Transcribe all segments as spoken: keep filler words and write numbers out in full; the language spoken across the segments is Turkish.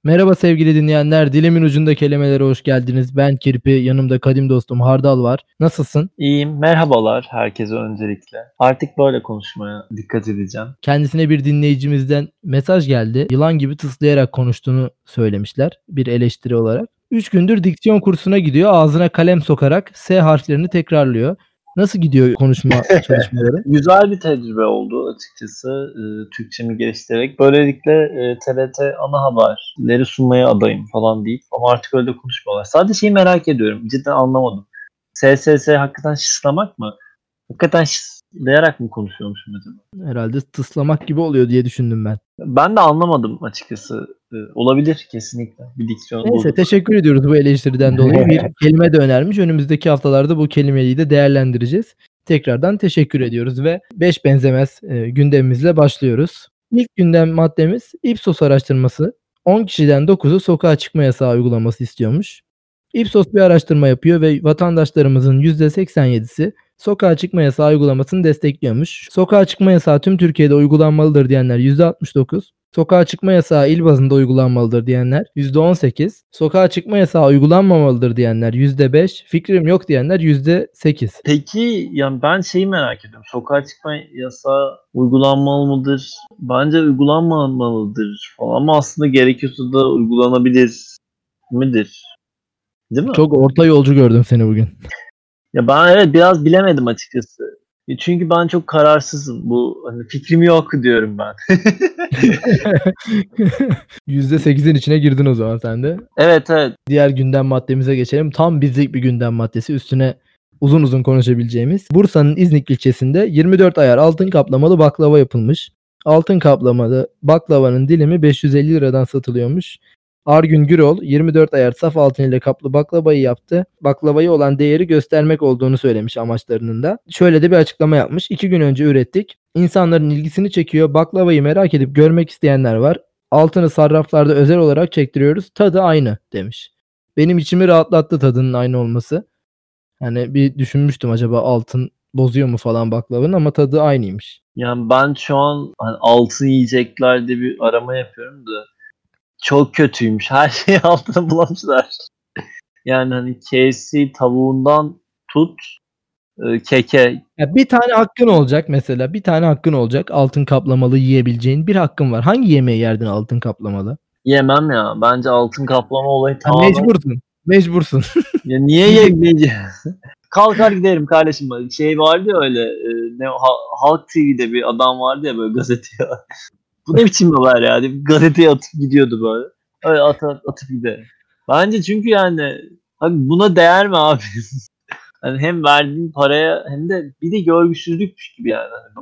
Merhaba sevgili dinleyenler, dilimin ucunda kelimelere hoş geldiniz. Ben Kirpi, yanımda kadim dostum Hardal var. Nasılsın? İyiyim. Merhabalar herkese öncelikle. Artık böyle konuşmaya dikkat edeceğim. Kendisine bir dinleyicimizden mesaj geldi. Yılan gibi tıslayarak konuştuğunu söylemişler bir eleştiri olarak. üç gündür diksiyon kursuna gidiyor, ağzına kalem sokarak S harflerini tekrarlıyor. Nasıl gidiyor konuşma çalışmaları? Güzel bir tecrübe oldu açıkçası, eee, Türkçemi geliştirerek. Böylelikle, eee, T R T ana haberleri sunmaya adayım falan deyip ama artık öyle konuşmuyorlar. Sadece şeyi merak ediyorum, cidden anlamadım. S S S hakikaten şıslamak mı? Hakikaten şıslayarak mı konuşuyormuşum acaba? Herhalde tıslamak gibi oluyor diye düşündüm ben. Ben de anlamadım açıkçası. Eee, olabilir kesinlikle bir diksiyon Neyse, bozukluğu. teşekkür ediyoruz bu eleştiriden dolayı. Bir kelime de önermiş. Önümüzdeki haftalarda bu kelimeyi de değerlendireceğiz. Tekrardan teşekkür ediyoruz ve beş benzemez, eee, gündemimizle başlıyoruz. İlk gündem maddemiz Ipsos araştırması. on kişiden dokuzu sokağa çıkma yasağı uygulaması istiyormuş. Ipsos bir araştırma yapıyor ve vatandaşlarımızın yüzde seksen yedisi sokağa çıkma yasağı uygulamasını destekliyormuş. Sokağa çıkma yasağı tüm Türkiye'de uygulanmalıdır diyenler yüzde altmış dokuz. Sokağa çıkma yasağı il bazında uygulanmalıdır diyenler yüzde on sekiz. Sokağa çıkma yasağı uygulanmamalıdır diyenler yüzde beş. Fikrim yok diyenler yüzde sekiz. Peki, yani, ben şeyi merak ediyorum. Sokağa çıkma yasağı uygulanmalı mıdır? Bence uygulanmamalıdır falan ama aslında gerekiyorsa da uygulanabilir midir? Değil mi? Çok orta yolcu gördüm seni bugün. Ya, ben evet, biraz bilemedim açıkçası. E, çünkü ben çok kararsızım. Bu, hani, fikrim yok diyorum ben. yüzde sekizin içine girdin o zaman sen de. Evet, evet. Diğer gündem maddemize geçelim. Tam bizlik bir gündem maddesi. Üstüne uzun uzun konuşabileceğimiz. Bursa'nın İznik ilçesinde yirmi dört ayar altın kaplamalı baklava yapılmış. Altın kaplamalı baklavanın dilimi beş yüz elli liradan satılıyormuş. Argün Gürol yirmi dört ayar saf altın ile kaplı baklavayı yaptı. Baklavaya olan değeri göstermek olduğunu söylemiş amaçlarının da. Şöyle de bir açıklama yapmış. İki gün önce ürettik. İnsanların ilgisini çekiyor. Baklavayı merak edip görmek isteyenler var. Altını sarraflarda özel olarak çektiriyoruz. Tadı aynı demiş. Benim içimi rahatlattı tadının aynı olması. Hani bir düşünmüştüm acaba altın bozuyor mu falan baklavanın ama tadı aynıymış. Yani, ben şu an, hani, altın yiyeceklerde bir arama yapıyorum da çok kötüymüş. Her şeyi altına bulamışlar. Yani, hani, K F C tavuğundan tut, eee, keke. Ya bir tane hakkın olacak mesela. Bir tane hakkın olacak altın kaplamalı yiyebileceğin bir hakkın var. Hangi yemeği yerdin altın kaplamalı? Yemem ya. Bence altın kaplama olayı Ha, tamamen. mecbursun. Mecbursun. Ya niye Yiyecek yemeyeceğim? Kalkar giderim kardeşim. Şey vardı ya öyle, eee, ne o, Ha Halk T V'de bir adam vardı ya böyle gazeteye. Bu ne biçim haber ya deyip gazeteye atıp gidiyordu böyle. Öyle at at atıp gider. Bence çünkü yani abi buna değer mi abi? Hani hem verdiğin paraya hem de bir de görgüsüzlükmüş gibi yani. Hani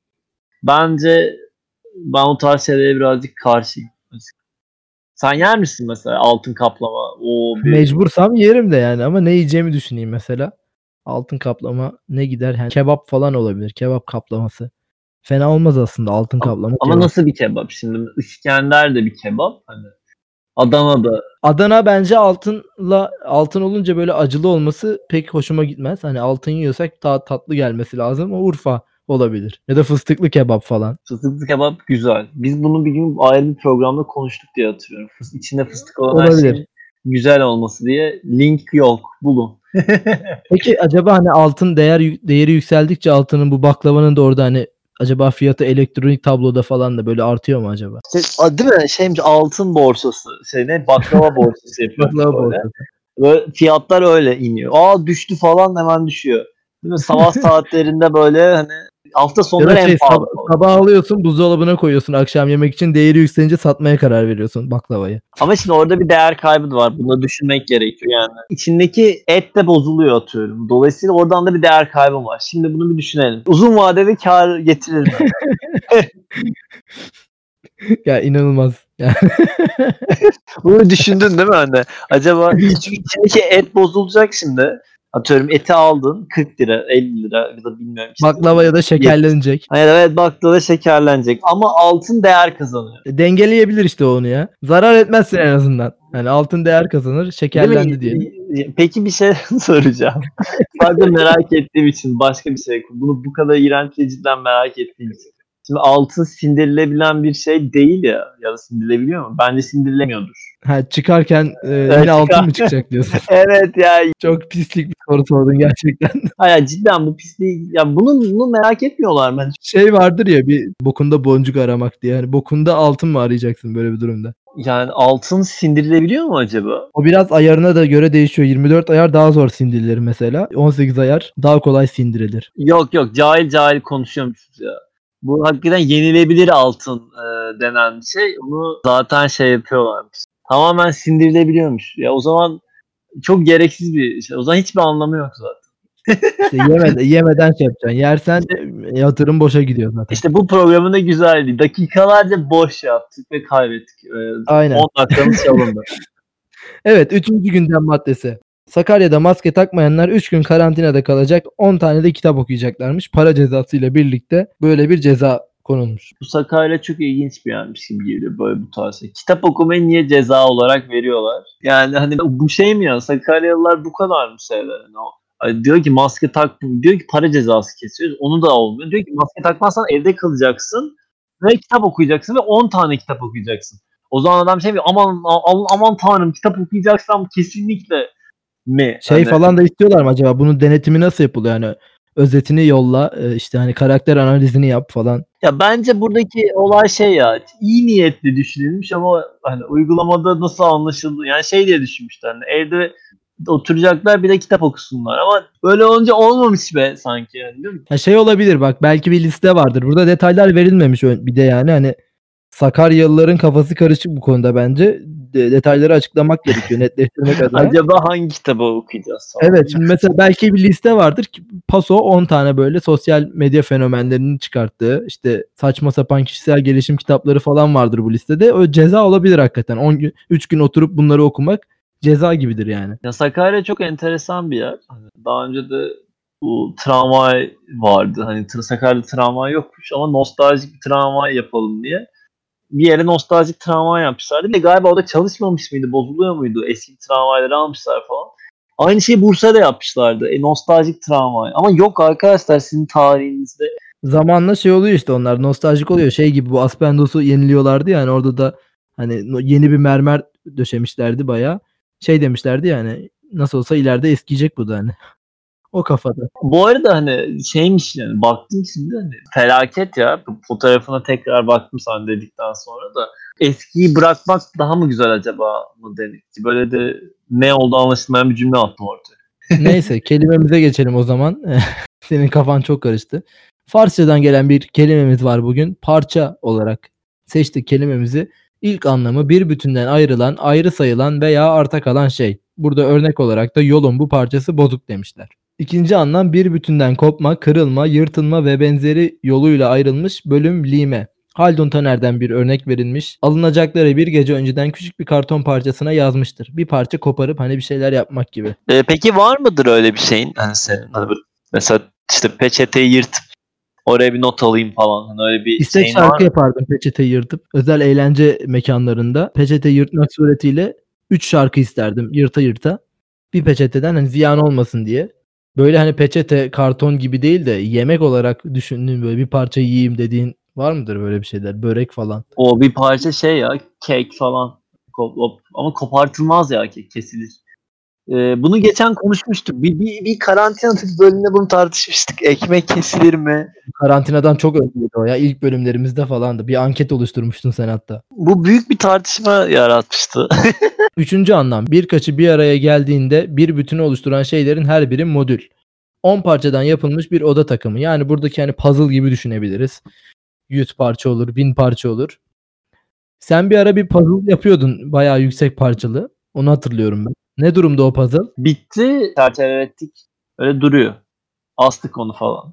bence ben o tarz şeylere birazcık karşıyım. Sen yer misin mesela altın kaplama? O bir Mecbursam yerim de yani ama ne yiyeceğimi düşüneyim mesela. Altın kaplama ne gider? Yani kebap falan olabilir. Kebap kaplaması. Fena olmaz aslında altın ama, kaplama ama kebap. nasıl bir kebap? Şimdi İskender de bir kebap. Hani Adana'da. Adana bence altınla altın olunca böyle acılı olması pek hoşuma gitmez. Hani altın yiyorsak daha tatlı gelmesi lazım. O Urfa olabilir. Ya da fıstıklı kebap falan. Fıstıklı kebap güzel. Biz bunu bir gün ayrı bir programda konuştuk diye hatırlıyorum. Fıs- İçinde fıstık olan her Olabilir. şeyin güzel olması diye. Link yok. Bulun. Peki acaba hani altın değer değeri yükseldikçe altının bu baklavanın da orada hani acaba fiyatı elektronik tabloda falan da böyle artıyor mu acaba? Şey, a, değil mi? Şeymiş altın borsası. Şey ne? Baklava borsası yapıyormuş Baklava böyle. borsası. Böyle fiyatlar öyle iniyor. Aa düştü falan hemen düşüyor. Değil mi? Sabah saatlerinde böyle hani hafta Ya sonları da en şey pahalı sab falan. sabah alıyorsun buzdolabına koyuyorsun akşam yemek için değeri yükselince satmaya karar veriyorsun baklavayı. Ama şimdi orada bir değer kaybı da var. Bunu da düşünmek gerekiyor yani. İçindeki et de bozuluyor atıyorum. Dolayısıyla oradan da bir değer kaybı var. Şimdi bunu bir düşünelim. Uzun vadede kâr getirir mi? Ya inanılmaz. Ya Bunu düşündün değil mi anne? Acaba çünkü içindeki et bozulacak şimdi. Atıyorum eti aldın kırk lira, elli lira ya da bilmiyorum işte. baklava ya da yetmiş. şekerlenecek. Hayır evet baklava şekerlenecek ama altın değer kazanıyor. E, dengeleyebilir işte onu ya. Zarar etmezsin en azından. Hani altın değer kazanır, Değil şekerlendi mi? diyelim. Peki bir şey soracağım. Sadece merak ettiğim için başka bir şey. Bunu bu kadar iğrenç ve cidden merak ettiğim için. Şimdi altın sindirilebilen bir şey değil ya. Ya da sindirilebiliyor mu? Bence sindirilemiyordur. Ha, çıkarken e, Evet, yine altın çıkar. mı çıkacak diyorsun? Evet ya. Çok pislik bir soru sordun gerçekten. Hayır cidden bu pisliği. Ya bunu, bunu merak etmiyorlar bence. Şey vardır ya bir bokunda boncuk aramak diye. Yani bokunda altın mı arayacaksın böyle bir durumda? Yani altın sindirilebiliyor mu acaba? O biraz ayarına da göre değişiyor. yirmi dört ayar daha zor sindirilir mesela. on sekiz ayar daha kolay sindirilir. Yok yok cahil cahil konuşuyormuşuz ya. Bu hakikaten yenilebilir altın e, denen bir şey. Onu zaten şey yapıyorlarmış. Tamamen sindirilebiliyormuş. Ya o zaman çok gereksiz bir şey. O zaman hiçbir anlamı yok zaten. İşte yemeden, yemeden şey yapacaksın. Yersen e, yatırım boşa gidiyor zaten. İşte bu programın da güzelliği. Dakikalarca boş yaptık ve kaybettik. E, Aynen. on dakikamız çalındı. Evet, üçüncü gündem maddesi. Sakarya'da maske takmayanlar üç gün karantinada kalacak. on tane de kitap okuyacaklarmış. Para cezasıyla birlikte böyle bir ceza konulmuş. Bu Sakarya çok ilginç bir yermiş gibi geliyor böyle bu tarz. Kitap okumayı niye ceza olarak veriyorlar? Yani hani bu şey mi ya? Sakaryalılar bu kadar mı sever? Yani o, hani diyor ki maske tak, diyor ki para cezası kesiyoruz. Onu da olmuyor. Diyor ki maske takmazsan evde kalacaksın ve kitap okuyacaksın ve on tane kitap okuyacaksın. O zaman adam şey diyor, aman aman, aman tanrım kitap okuyacaksam kesinlikle mi? Şey Hani, falan da istiyorlar mı acaba? Bunun denetimi nasıl yapılıyor? Yani özetini yolla, e, işte hani karakter analizini yap falan. ya bence buradaki olay şey ya, iyi niyetli düşünülmüş ama hani uygulamada nasıl anlaşıldı? Yani şey diye düşünmüşler. Hani evde oturacaklar bir de kitap okusunlar ama böyle olunca olmamış be sanki yani değil mi? Ha, şey olabilir bak, belki bir liste vardır. Burada detaylar verilmemiş ö- bir de yani hani Sakaryalıların kafası karışık bu konuda bence. De- detayları açıklamak gerekiyor, netleştirmek adına. Acaba hangi kitabı okuyacağız falan. Evet, şimdi mesela belki bir liste vardır ki Paso on tane böyle sosyal medya fenomenlerinin çıkarttığı işte saçma sapan kişisel gelişim kitapları falan vardır bu listede. O ceza olabilir hakikaten. on gün üç gün oturup bunları okumak ceza gibidir yani. Ya Sakarya çok enteresan bir yer. Hani daha önce de bu tramvay vardı. Hani tır- Sakarya'da tramvay yokmuş ama nostaljik bir tramvay yapalım diye bir yere nostaljik tramvay yapmışlardı. Bir de galiba o da çalışmamış mıydı, bozuluyor muydu? Eski tramvayları almışlar falan. Aynı şeyi Bursa'da yapmışlardı. E, nostaljik tramvay. Ama yok arkadaşlar sizin tarihinizde. Zamanla şey oluyor işte, onlar nostaljik oluyor. Şey gibi, bu Aspendos'u yeniliyorlardı yani, orada da hani no- yeni bir mermer döşemişlerdi bayağı. Şey demişlerdi yani, nasıl olsa ileride eskiyecek bu da hani. O kafada. Bu arada hani şeymiş yani baktım şimdi hani felaket ya. Bu fotoğrafına tekrar baktım sen dedikten sonra da eskiyi bırakmak daha mı güzel acaba mı dedik. Böyle de ne oldu anlaşılmayan bir cümle attım ortaya. Neyse, kelimemize geçelim o zaman. Senin kafan çok karıştı. Farsçadan gelen bir kelimemiz var bugün. Parça olarak seçtik kelimemizi. İlk anlamı bir bütünden ayrılan, ayrı sayılan veya arta kalan şey. Burada örnek olarak da yolun bu parçası bozuk demişler. İkinci anlam bir bütünden kopma, kırılma, yırtılma ve benzeri yoluyla ayrılmış bölüm, lime. Haldun Taner'den bir örnek verilmiş. Alınacakları bir gece önceden küçük bir karton parçasına yazmıştır. Bir parça koparıp hani bir şeyler yapmak gibi. E, peki var mıdır öyle bir şeyin? Hani senin hani böyle mesela işte peçeteyi yırtıp oraya bir not alayım falan. Hani öyle bir İstek şeyin var şarkı mı? yapardım peçeteyi yırtıp. Özel eğlence mekanlarında peçeteyi yırtmak suretiyle üç şarkı isterdim yırta yırta. Bir peçeteden hani ziyan olmasın diye. Böyle hani peçete, karton gibi değil de yemek olarak düşündüğün, böyle bir parça yiyeyim dediğin var mıdır böyle bir şeyler? Börek falan. O bir parça şey ya kek falan. Ko- o- Ama kopartılmaz ya kek kesilir. Ee, bunu geçen konuşmuştuk. Bir, bir, bir karantina bölümünde bunu tartışmıştık. Ekmek kesilir mi? Karantinadan çok önceydi o ya. İlk bölümlerimizde falandı. Bir anket oluşturmuştun sen hatta. Bu büyük bir tartışma yaratmıştı. Üçüncü anlam. Birkaçı bir araya geldiğinde bir bütünü oluşturan şeylerin her biri modül. on parçadan yapılmış bir oda takımı. Yani buradaki hani puzzle gibi düşünebiliriz. yüz parça olur, bin parça olur. Sen bir ara bir puzzle yapıyordun, bayağı yüksek parçalı. Onu hatırlıyorum ben. Ne durumda o puzzle? Bitti. Çerçevelettik. Öyle duruyor. Astık onu falan.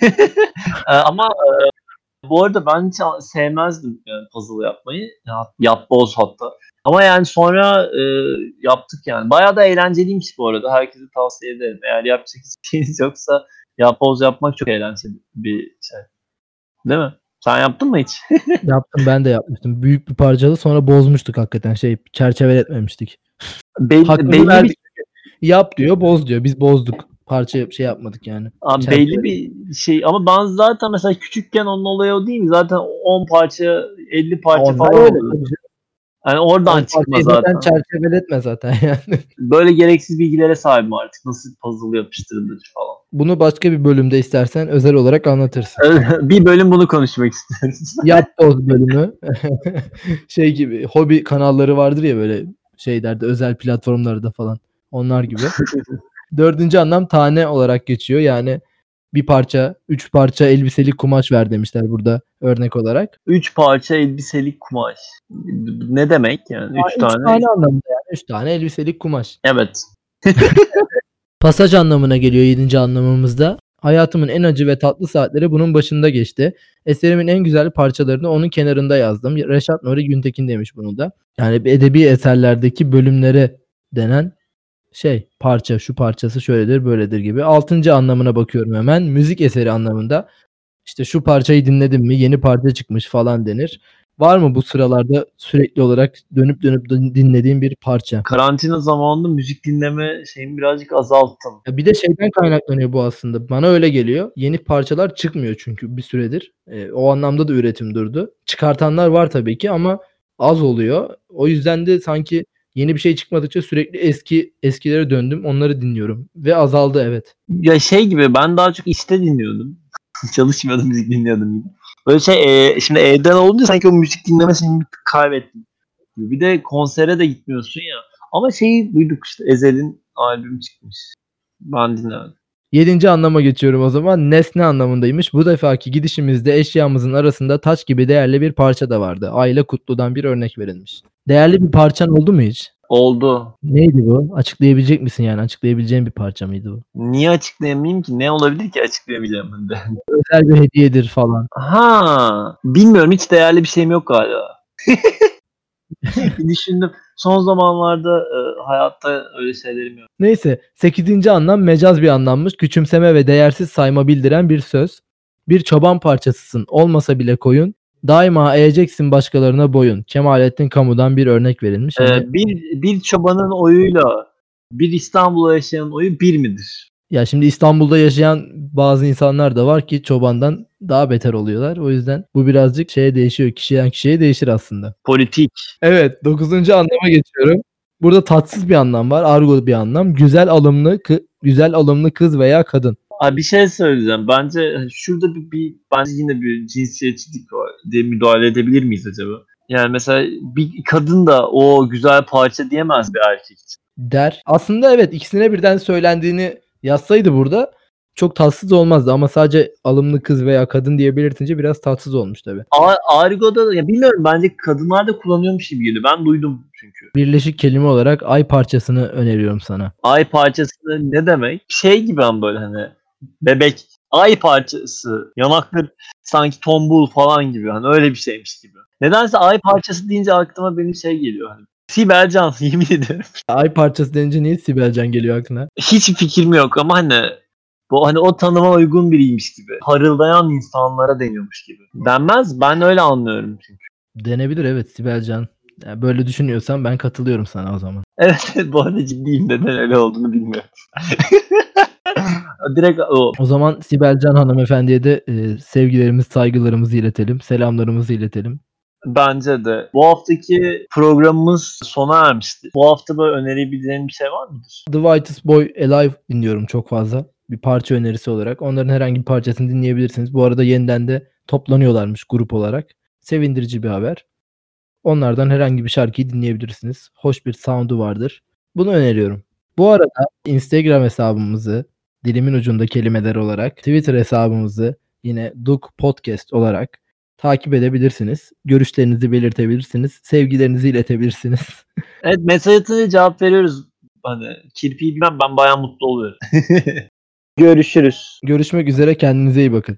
Ee, ama e, bu arada ben hiç sevmezdim yani puzzle yapmayı. Ya, yap boz hatta. Ama yani sonra e, yaptık yani. Bayağı da eğlenceliymiş bu arada. Herkese tavsiye ederim. Eğer yapacak hiçbir şeyiniz yoksa yap boz yapmak çok eğlenceli bir şey. Değil mi? Sen yaptın mı hiç? Yaptım, ben de yapmıştım. Büyük bir parçalı, sonra bozmuştuk hakikaten. Şey, çerçeveletmemiştik. Belli, Hakkını belli bir verdik. Yap diyor, boz diyor. Biz bozduk. parça şey yapmadık yani. Abi Çerçeve- belli bir şey ama ben zaten mesela küçükken onun olayı o değil mi? Zaten on parça, elli parça Onlar falan öyle oluyor. tabii canım. Yani oradan On çıkma parçayı zaten zaten. çerçeveletme zaten yani. Böyle gereksiz bilgilere sahibim artık. Nasıl puzzle yapıştırılır falan. Bunu başka bir bölümde istersen özel olarak anlatırsın. Bir bölüm bunu konuşmak istiyoruz. Yapboz bölümü. Şey gibi hobi kanalları vardır ya böyle şeylerde özel platformlarda falan. Onlar gibi. Dördüncü anlam tane olarak geçiyor. Yani bir parça, üç parça elbiselik kumaş ver demişler burada örnek olarak. Üç parça elbiselik kumaş. Ne demek yani? Üç Üç tane. tane anlamında yani. Üç tane elbiselik kumaş. Evet. Pasaj anlamına geliyor yedinci anlamımızda. Hayatımın en acı ve tatlı saatleri bunun başında geçti. Eserimin en güzel parçalarını onun kenarında yazdım. Reşat Nuri Güntekin demiş bunu da. Yani bir edebi eserlerdeki bölümlere denen şey parça şu parçası şöyledir böyledir gibi. Altıncı anlamına bakıyorum hemen. Müzik eseri anlamında. İşte şu parçayı dinledim mi yeni parça çıkmış falan denir. Var mı bu sıralarda sürekli olarak dönüp dönüp dinlediğin bir parça? Karantina zamanında müzik dinleme şeyimi birazcık azalttım. Ya bir de şeyden kaynaklanıyor bu aslında. Bana öyle geliyor. Yeni parçalar çıkmıyor çünkü bir süredir. Eee, o anlamda da üretim durdu. Çıkartanlar var tabii ki ama az oluyor. O yüzden de sanki yeni bir şey çıkmadıkça sürekli eski eskilere döndüm. Onları dinliyorum ve azaldı evet. Ya şey gibi ben daha çok işte dinliyordum. Çalışmıyordum müzik dinliyordum gibi. Böyle şey e, şimdi evden olunca sanki o müzik dinleme şeyini bir tık kaybettim. Bir de konsere de gitmiyorsun ya. Ama şeyi duyduk işte Ezel'in albümü çıkmış. Ben dinlemedim. Yedinci anlama geçiyorum o zaman. Nesne anlamındaymış. Bu defaki gidişimizde eşyamızın arasında taç gibi değerli bir parça da vardı. Ayla Kutlu'dan bir örnek verilmiş. Değerli bir parçan oldu mu hiç? Oldu. Neydi bu? Açıklayabilecek misin yani? Açıklayabileceğin bir parça mıydı bu? Niye açıklayamayayım ki? Ne olabilir ki açıklayabileceğim ben de. Özel bir hediyedir falan. Ha, bilmiyorum hiç değerli bir şeyim yok galiba. Bir düşündüm. Son zamanlarda e, hayatta öyle şeylerim yok. Neyse, sekizinci anlam mecaz bir anlammış. Küçümseme ve değersiz sayma bildiren bir söz. Bir çoban parçasısın. Olmasa bile koyun. Daima eğeceksin başkalarına boyun. Kemalettin Kamu'dan bir örnek verilmiş. Hani, Ee, bir bir çobanın oyuyla bir İstanbul'da yaşayan oyu bir midir? ya şimdi İstanbul'da yaşayan bazı insanlar da var ki çobandan daha beter oluyorlar. O yüzden bu birazcık şeye değişiyor. Kişiden kişiye değişir aslında. Politik. Evet, dokuzuncu anlama geçiyorum. Burada tatsız bir anlam var, argo bir anlam. Güzel alımlı, kı- güzel alımlı kız veya kadın. Abi bir şey söyleyeceğim. Bence hani şurada bir, bir bence yine bir cinsiyetçilik var diye müdahale edebilir miyiz acaba? Yani mesela bir kadın da o güzel parça diyemez bir erkek için. Der. Aslında evet ikisine birden söylendiğini yazsaydı burada çok tatsız olmazdı ama sadece alımlı kız veya kadın diye belirtince biraz tatsız olmuş tabii. A- Argo'da da ya bilmiyorum bence kadınlar da kullanıyormuş gibi geliyor. Ben duydum çünkü. Birleşik kelime olarak ay parçasını öneriyorum sana. Ay parçası ne demek? Şey gibi ama böyle hani bebek ay parçası yanakları sanki tombul falan gibi hani öyle bir şeymiş gibi. Nedense ay parçası deyince aklıma benim şey geliyor hani. Sibel Can yemin ederim. Ay parçası denince niye Sibel Can geliyor aklına? Hiç fikrim yok ama hani bu hani o tanıma uygun biriymiş gibi. Parıldayan insanlara deniyormuş gibi. Denmez ben öyle anlıyorum çünkü. Denebilir evet Sibel Can. Yani böyle düşünüyorsan ben katılıyorum sana o zaman. Evet bu arada ciddiyim neden öyle olduğunu bilmiyorum. Direkt o. O zaman Sibel Can hanımefendiye de e, sevgilerimizi, saygılarımızı iletelim, selamlarımızı iletelim. Bence de. Bu haftaki programımız sona ermişti. Bu hafta böyle önerebileceğin bir şey var mıdır? The Whitest Boy Alive dinliyorum çok fazla. Bir parça önerisi olarak. Onların herhangi bir parçasını dinleyebilirsiniz. Bu arada yeniden de toplanıyorlarmış grup olarak. Sevindirici bir haber. Onlardan herhangi bir şarkıyı dinleyebilirsiniz. Hoş bir sound'u vardır. Bunu öneriyorum. Bu arada Instagram hesabımızı dilimin ucunda kelimeler olarak, Twitter hesabımızı yine Duk Podcast olarak takip edebilirsiniz. Görüşlerinizi belirtebilirsiniz. Sevgilerinizi iletebilirsiniz. Evet mesaj atınca cevap veriyoruz. Hani kirpiyi bilmem ben bayağı mutlu oluyorum. Görüşürüz. Görüşmek üzere kendinize iyi bakın.